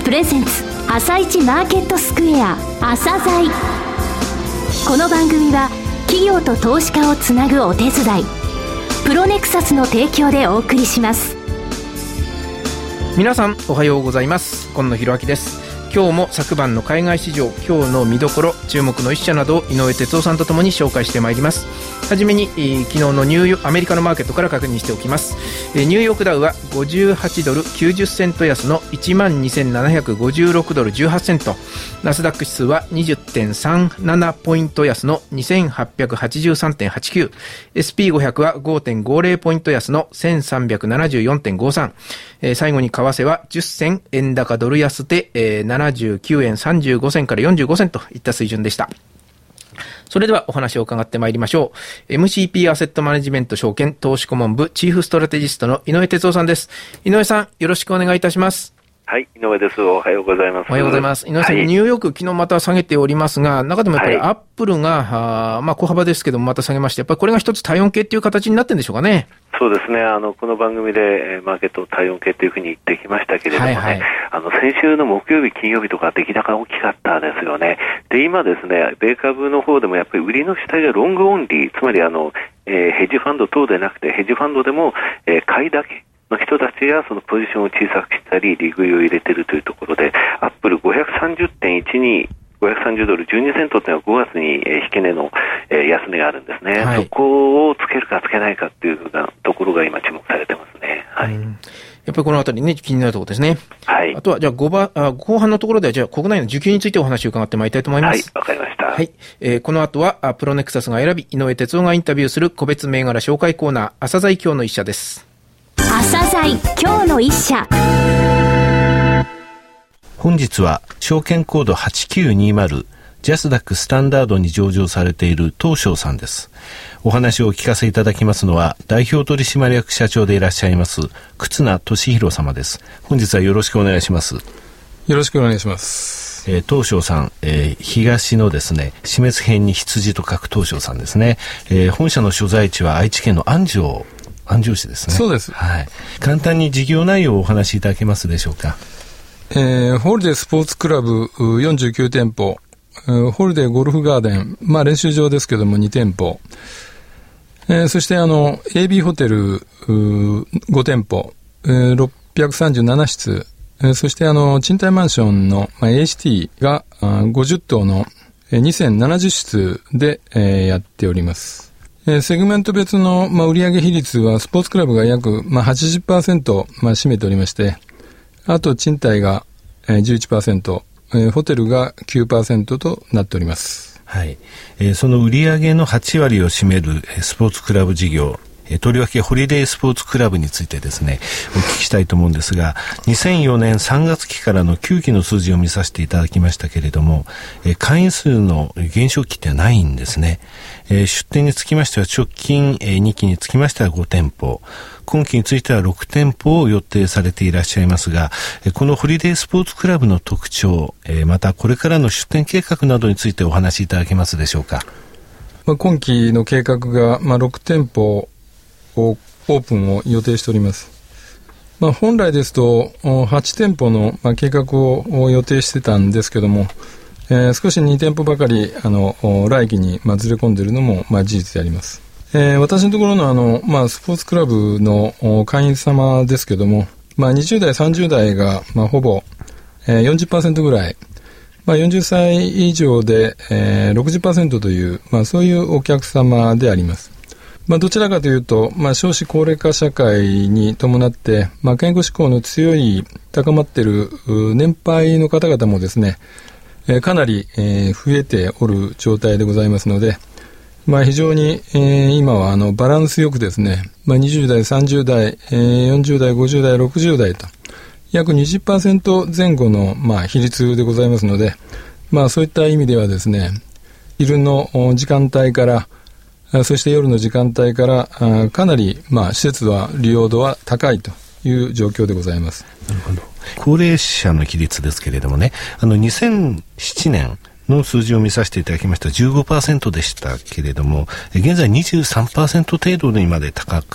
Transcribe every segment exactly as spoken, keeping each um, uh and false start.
プレゼンツ朝一マーケットスクエア朝鮮。この番組は企業と投資家をつなぐお手伝いプロネクサスの提供でお送りします。 皆さんおはようございます。今野博明です。今日も昨晩の海外市場、今日の見どころ、注目の一社などを井上哲夫さんとともに紹介してまいります。はじめに、えー、昨日のニューヨークアメリカのマーケットから確認しておきます。えー、ニューヨークダウはごじゅうはちドルきゅうじゅっセント安の いちまんにせんななひゃくごじゅうろくドルじゅうはちセント、ナスダック指数は にじゅってんさんなな ポイント安の にせんはっぴゃくはちじゅうさんてんはちきゅう、 エスピーごひゃく は ごてんごぜろ ポイント安の せんさんびゃくななじゅうよんてんごさん、えー、最後に為替はじゅっ銭円高ドル安で、えー、ななじゅうきゅうえんさんじゅうご銭からよんじゅうご銭といった水準でした。それではお話を伺ってまいりましょう。 エムシーピー アセットマネジメント証券投資顧問部チーフストラテジストの井上哲夫さんです。井上さん、よろしくお願いいたします。 はい、井上です。おはようございます。 おはようございます。井上さん、 はい、 ニューヨーク昨日また下げておりますが、中でもやっぱりアップルが、はい、あまあ小幅ですけどもまた下げまして、やっぱりこれが一つ体温計っていう形になってるんでしょうかね。 そうですね。あのこの番組でマーケット体温計というふうに言ってきましたけれどもね、はいはい、あの先週の木曜日金曜日とか出来高大きかったですよね。で今ですね、米株の方でもやっぱり売りの主体がロングオンリー、つまりあの、えー、ヘッジファンド等でなくてヘッジファンドでも、えー、買いだけの人たちがそのポジションを小さくしたり利食いを入れているというところで、アップル ごひゃくさんじゅってんいちに ごひゃくさんじゅうドルじゅうにセントというのはごがつに引け値の安値があるんですね、はい、そこをつけるかつけないかというふうなところが今注目されてますね、はい、うん、やっぱりこのあたりね気になるところですね、はい、あとはじゃあごばあ後半のところではじゃあ国内の需給についてお話を伺ってまいりたいと思います。 はい、わかりました。 はい、えー、この後はプロネクサスが選び井上哲夫がインタビューする個別銘柄紹介コーナー、朝鮮今日の一社です。 朝鮮今日の一社。 本日は証券コードはちきゅうにまるジャスダックスタンダードに上場されている東証さんです。お話をお聞かせいただきますのは代表取締役社長でいらっしゃいます忽那俊弘様です。本日はよろしくお願いします。 よろしくお願いします。 えー、東証さん、えー、東のですね死滅編に羊と書く東証さんですね、えー、本社の所在地は愛知県の安城安城市ですね。 そうです、 はい、簡単に事業内容をお話しいただけますでしょうか。 えー、ホリデースポーツクラブよんじゅうきゅうてんぽ、ホリデーゴルフガーデン、まあ練習場ですけどもにてんぽ、えー、そしてあの エービー ホテルごてんぽ、えー、ろっぴゃくさんじゅうななしつ、えー、そしてあの賃貸マンションの、まあ、エーシーティー がごじゅっとうのにせんななじゅっしつで、えー、やっております。えー、セグメント別の、まあ、売上比率はスポーツクラブが約、まあ、はちじゅっパーセント、まあ、占めておりまして、あと賃貸が じゅういちパーセント、えー、ホテルが きゅうパーセント となっております。 はい、えー、その売上のはちわりを占めるスポーツクラブ事業、とりわけホリデースポーツクラブについてですねお聞きしたいと思うんですが、にせんよねんさんがつきからのきゅうきの数字を見させていただきましたけれども、会員数の減少期ってないんですね。出店につきましては直近にきにつきましてはごてんぽ、今期についてはろくてんぽを予定されていらっしゃいますが、このホリデースポーツクラブの特徴、またこれからの出店計画などについてお話しいただけますでしょうか。 まあ、今期の計画が、まあ、ろくてんぽオープンを予定しております。まあ、本来ですとはちてんぽの、まあ、計画を予定してたんですけども、えー、少しにてんぽばかりあの来期に、まあ、ずれ込んでいるのも、まあ、事実であります。えー、私のところの、あの、まあ、スポーツクラブの会員様ですけども、まあ、にじゅうだいさんじゅうだいが、まあ、ほぼ、えー、よんじゅっパーセント ぐらい、まあ、よんじゅっさい以上で、えー、ろくじゅっパーセント という、まあ、そういうお客様であります。まあ、どちらかというと、まあ、少子高齢化社会に伴って、まあ、健康志向の強い高まっている年配の方々もですね、えー、かなり、えー、増えておる状態でございますので、まあ、非常に、えー、今はあのバランスよくですね、まあ、にじゅうだいさんじゅうだい、えー、よんじゅうだいごじゅうだいろくじゅうだいと約 にじゅっパーセント 前後の、まあ、比率でございますので、まあ、そういった意味ではですね、昼の時間帯からそして夜の時間帯からかなり、まあ、施設は利用度は高いという状況でございます。 なるほど。高齢者の比率ですけれどもね、あのにせんななねんの数字を見させていただきました じゅうごパーセント でしたけれども、現在 にじゅうさんパーセント 程度にまで高くな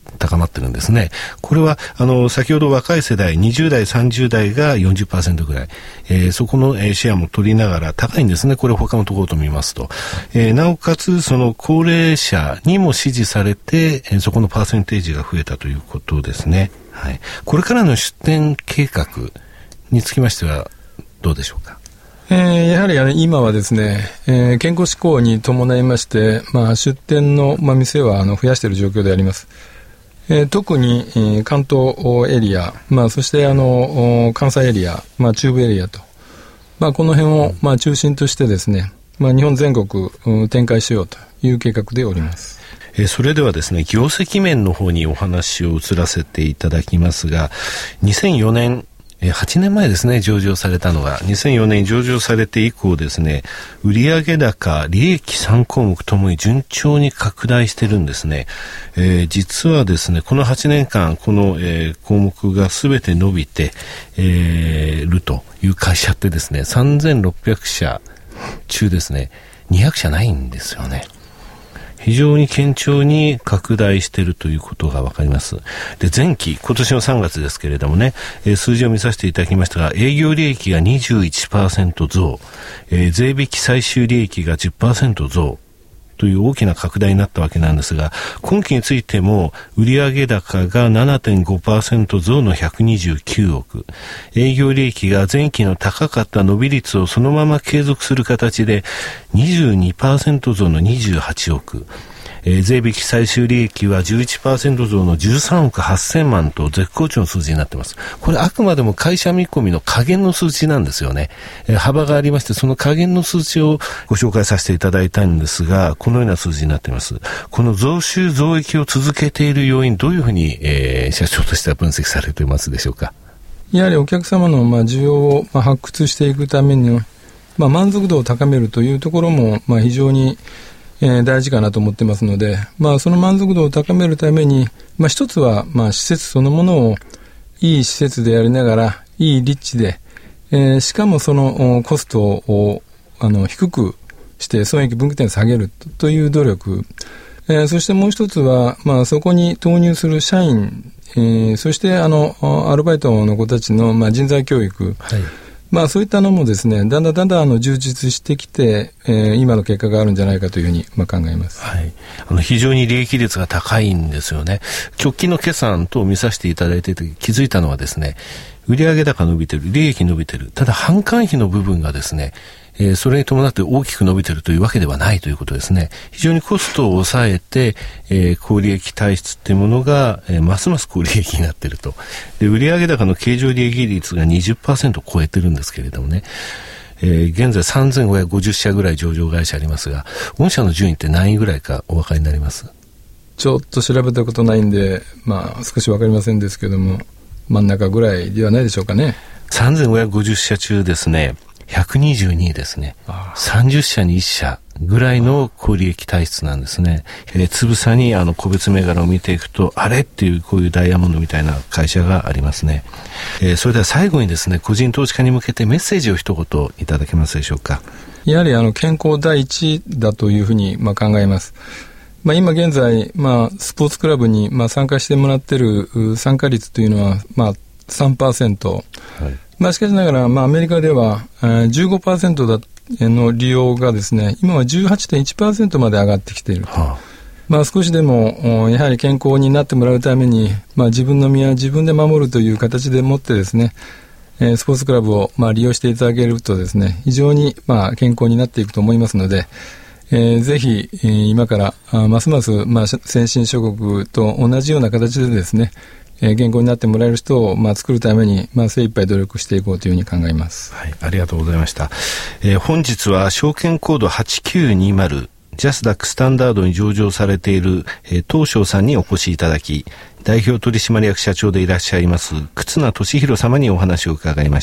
高まってるんですね。これはあの先ほど若い世代にじゅう代さんじゅう代が よんじゅっパーセント ぐらい、えー、そこの、えー、シェアも取りながら高いんですね。これ他のところと見ますと、えー、なおかつその高齢者にも支持されて、えー、そこのパーセンテージが増えたということですね。はい、これからの出店計画につきましてはどうでしょうか。 えー、やはり、ね、今はですね、えー、健康志向に伴いまして、まあ、出店の、まあ、店はあの増やしている状況であります。えー、特に、えー、関東エリア、まあ、そしてあの関西エリア、まあ、中部エリアと、まあ、この辺を、まあ、中心としてですね、まあ、日本全国、うん、展開しようという計画でおります。 えー、それではですね、業績面の方にお話を移らせていただきますが、にせんよねんはちねんまえですね、上場されたのが。にせんよねんに上場されて以降ですね、売上高、利益さん項目ともに順調に拡大してるんですね。えー、実はですね、このはちねんかん、この、えー、項目がすべて伸びて、えー、るという会社ってですね、さんぜんろっぴゃくしゃ中ですね、にひゃくしゃないんですよね。非常に堅調に拡大しているということがわかります。で、前期、今年のさんがつですけれどもね、えー、数字を見させていただきましたが、営業利益が にじゅういちパーセント 増、えー、税引き最終利益が じゅっパーセント 増という大きな拡大になったわけなんですが、今期についても売上高が ななてんごパーセント 増のひゃくにじゅうきゅうおく、営業利益が前期の高かった伸び率をそのまま継続する形で にじゅうにパーセント 増のにじゅうはちおく、えー、税引き最終利益は じゅういちパーセント 増のじゅうさんおくはっせんまんと絶好調の数字になっています。これあくまでも会社見込みの下限の数値なんですよね。えー、幅がありまして、その下限の数値をご紹介させていただいたんですが、このような数字になっています。この増収増益を続けている要因、どういうふうに、えー、社長としては分析されていますでしょうか。 やはりお客様の、まあ、需要を、まあ、発掘していくために、まあ、満足度を高めるというところも、まあ、非常にえー、大事かなと思ってますので、まあ、その満足度を高めるために、まあ、一つは、まあ、施設そのものをいい施設でやりながら、いい立地で、えー、しかもそのコストをあの低くして損益分岐点を下げるという努力、えー、そしてもう一つは、まあ、そこに投入する社員、えー、そしてあのアルバイトの子たちの、まあ、人材教育、はい、まあ、そういったのもですね、だんだんだんだんあの充実してきて、えー、今の結果があるんじゃないかというふうに、まあ、考えます。 はい。あの、非常に利益率が高いんですよね。直近の決算等を見させていただいて気づいたのはですね、売上高伸びてる、利益伸びてる。ただ、販管費の部分がですね、えー、それに伴って大きく伸びているというわけではないということですね。非常にコストを抑えて、えー、高利益体質っていうものが、えー、ますます高利益になっていると。で、売上高の経常利益率が にじゅっパーセント を超えてるんですけれどもね、えー、現在さんぜんごひゃくごじゅっしゃぐらい上場会社ありますが、御社の順位って何位ぐらいかお分かりになります？ ちょっと調べたことないんで、まあ少し分かりませんですけども、真ん中ぐらいではないでしょうかね。 さんぜんごひゃくごじゅっしゃ中ですね、ひゃくにじゅうにいですね。さんじゅっしゃにいっしゃぐらいの高利益体質なんですね。えー、つぶさにあの個別銘柄を見ていくと、あれっていうこういうダイヤモンドみたいな会社がありますね。えー、それでは最後にですね、個人投資家に向けてメッセージを一言いただけますでしょうか。 やはりあの健康第一だというふうにまあ考えます。まあ、今現在、まあ、スポーツクラブにまあ参加してもらっている参加率というのはまあ さんパーセント。はい。まあ、しかしながら、まあ、アメリカでは、えー、じゅうごパーセント だの利用がですね、今は じゅうはちてんいちパーセント まで上がってきていると。はあ、まあ、少しでもやはり健康になってもらうために、まあ、自分の身は自分で守るという形でもってですね、えー、スポーツクラブをまあ利用していただけるとですね、非常にまあ健康になっていくと思いますので、えー、ぜひ、えー、今からあますますまあ先進諸国と同じような形でですね、えー、健康になってもらえる人を、まあ、作るために、まあ、精一杯努力していこうというふうに考えます。 はい、ありがとうございました。えー、本日は証券コードはちきゅうにまるジャスダックスタンダードに上場されている、えー、東証さんにお越しいただき、代表取締役社長でいらっしゃいます忽那俊弘様にお話を伺いました。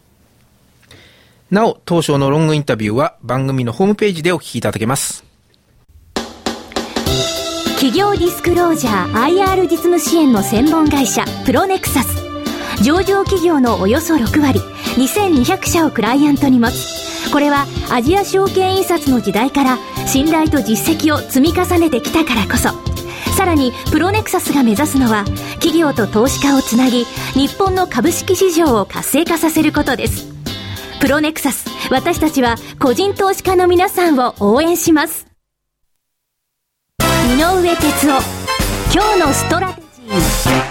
なお、東証のロングインタビューは番組のホームページでお聞きいただけます。 企業ディスクロージャー アイアール 実務支援の専門会社プロネクサス。上場企業のおよそろくわり、にせんにひゃくしゃをクライアントに持つ。これはアジア証券印刷の時代から信頼と実績を積み重ねてきたからこそ。 さらにプロネクサスが目指すのは企業と投資家をつなぎ日本の株式市場を活性化させることです。プロネクサス、私たちは個人投資家の皆さんを応援します。井上哲夫、今日のストラテジー。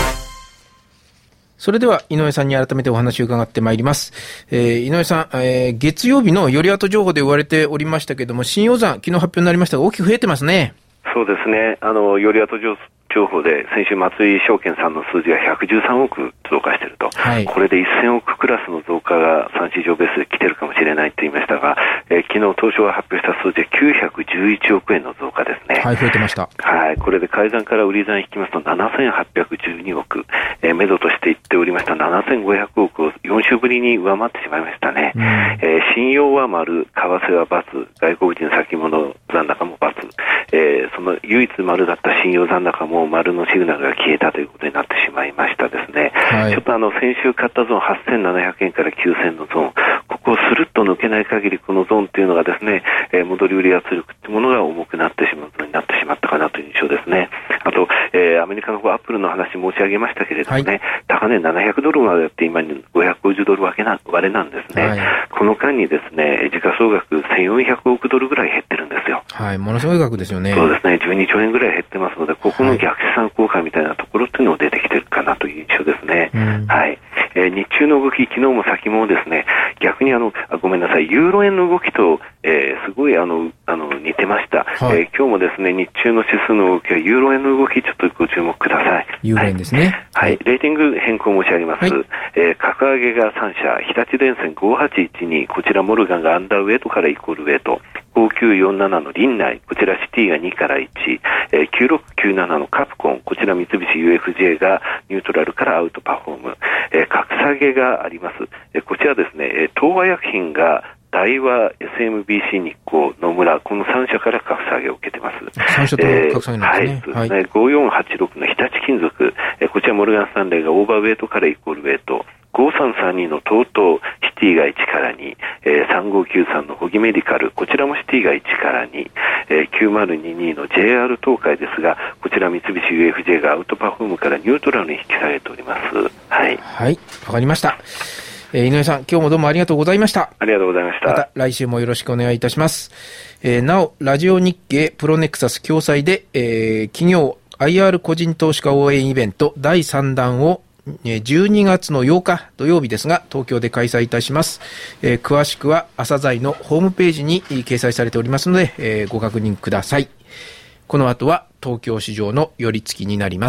それでは井上さんに改めてお話を伺ってまいります。えー、井上さん、えー、月曜日のより後情報で言われておりましたけれども、新陽山、昨日発表になりましたが大きく増えてますね。 そうですね。あの、より後情報情報で先週松井証券さんの数字がひゃくじゅうさんおく増加していると、はい、これでせんおくクラスの増加が産市場ベースで来てるかもしれないと言いましたが、えー、昨日東証が発表した数字はきゅうひゃくじゅういちおくえんの増加ですね。 はい、増えてました。 はい、これで買い算から売り算引きますとななせんはっぴゃくじゅうにおく、えー、目処として言っておりましたななせんごひゃくおくをよん週ぶりに上回ってしまいましたね。うん、えー、信用は丸、為替は×、外国人先物残高も×、えー、その唯一丸だった信用残高も丸のシグナルが消えたということになってしまいましたですね。はい、ちょっとあの先週買ったゾーンはっせんななひゃくえんからきゅうせんのゾーン、ここをスルッと抜けない限りこのゾーンというのがですね、えー、戻り売り圧力というものが重くなってしまうことになってしまったかなという印象ですね。あと、えー、アメリカの方アップルの話申し上げましたけれどもね、はい、高値ななひゃくドルまでやって今にごひゃくごじゅうドル割れな、割れなんですね。はい、この間にですね、時価総額せんよんひゃくおくドルぐらい減ってるんですよ。 はい、ものすごい額ですよね。 そうですね、じゅうにちょうえんぐらい減ってますので、ここの逆資産効果みたいなところっていうのも出てきてるかなという印象ですね。うん、はい。えー、日中の動き、昨日も先もですね、逆にあの、あごめんなさい、ユーロ円の動きと、えー、すごいあの、あの、似てました。はい、えー、今日もですね、日中の指数の動きはユーロ円の動き、ちょっとご注目ください。 ユーロ円ですね。 はい。はい、レーティング変更申し上げます。はい、えー、格上げがさん社、日立電線ごはちいちに、こちらモルガンがアンダーウェイトからイコールウェイト、ごきゅうよんななのリンナイ、こちらシティがにからいち、えー、きゅうろくきゅうななのカプコン、こちら三菱 ユーエフジェー がニュートラルからアウトパフォーム、えー、格下げがあります。えー、こちらですね、えー、東和薬品が大和 エスエムビーシー 日興野村、このさん社から格下げを受けてます。 さん社と格下げなんですね。 えー、はい、そうですね。はい、ごよんはちろくの日立金属、えー、こちらモルガンスタンレーがオーバーウェイトからイコールウェイト、ごさんさんにの トートシティがいちからに、えー、さんごきゅうさんのホギメディカル、こちらもシティがいちからに、えー、きゅうまるににの ジェイアール 東海ですが、こちら三菱 ユーエフジェー がアウトパフォームからニュートラルに引き下げております。はい。 はい、わかりました。えー、井上さん、今日もどうもありがとうございました。 ありがとうございました。 また来週もよろしくお願いいたします。えー、なお、ラジオ日経プロネクサス共催で、えー、企業 アイアール 個人投資家応援イベントだいさんだんをじゅうにがつのようか土曜日ですが東京で開催いたします。えー、詳しくは朝鮮のホームページに掲載されておりますので、えー、ご確認ください。この後は東京市場の寄り付きになります。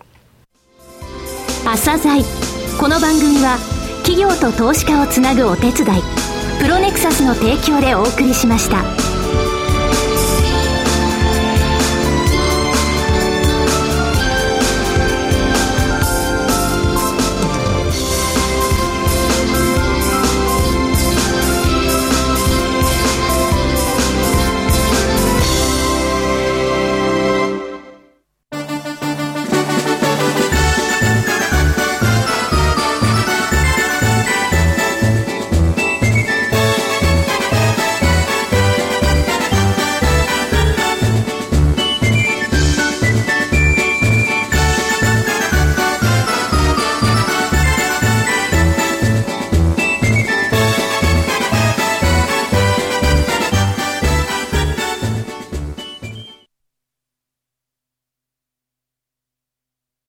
朝鮮、この番組は企業と投資家をつなぐお手伝いプロネクサスの提供でお送りしました。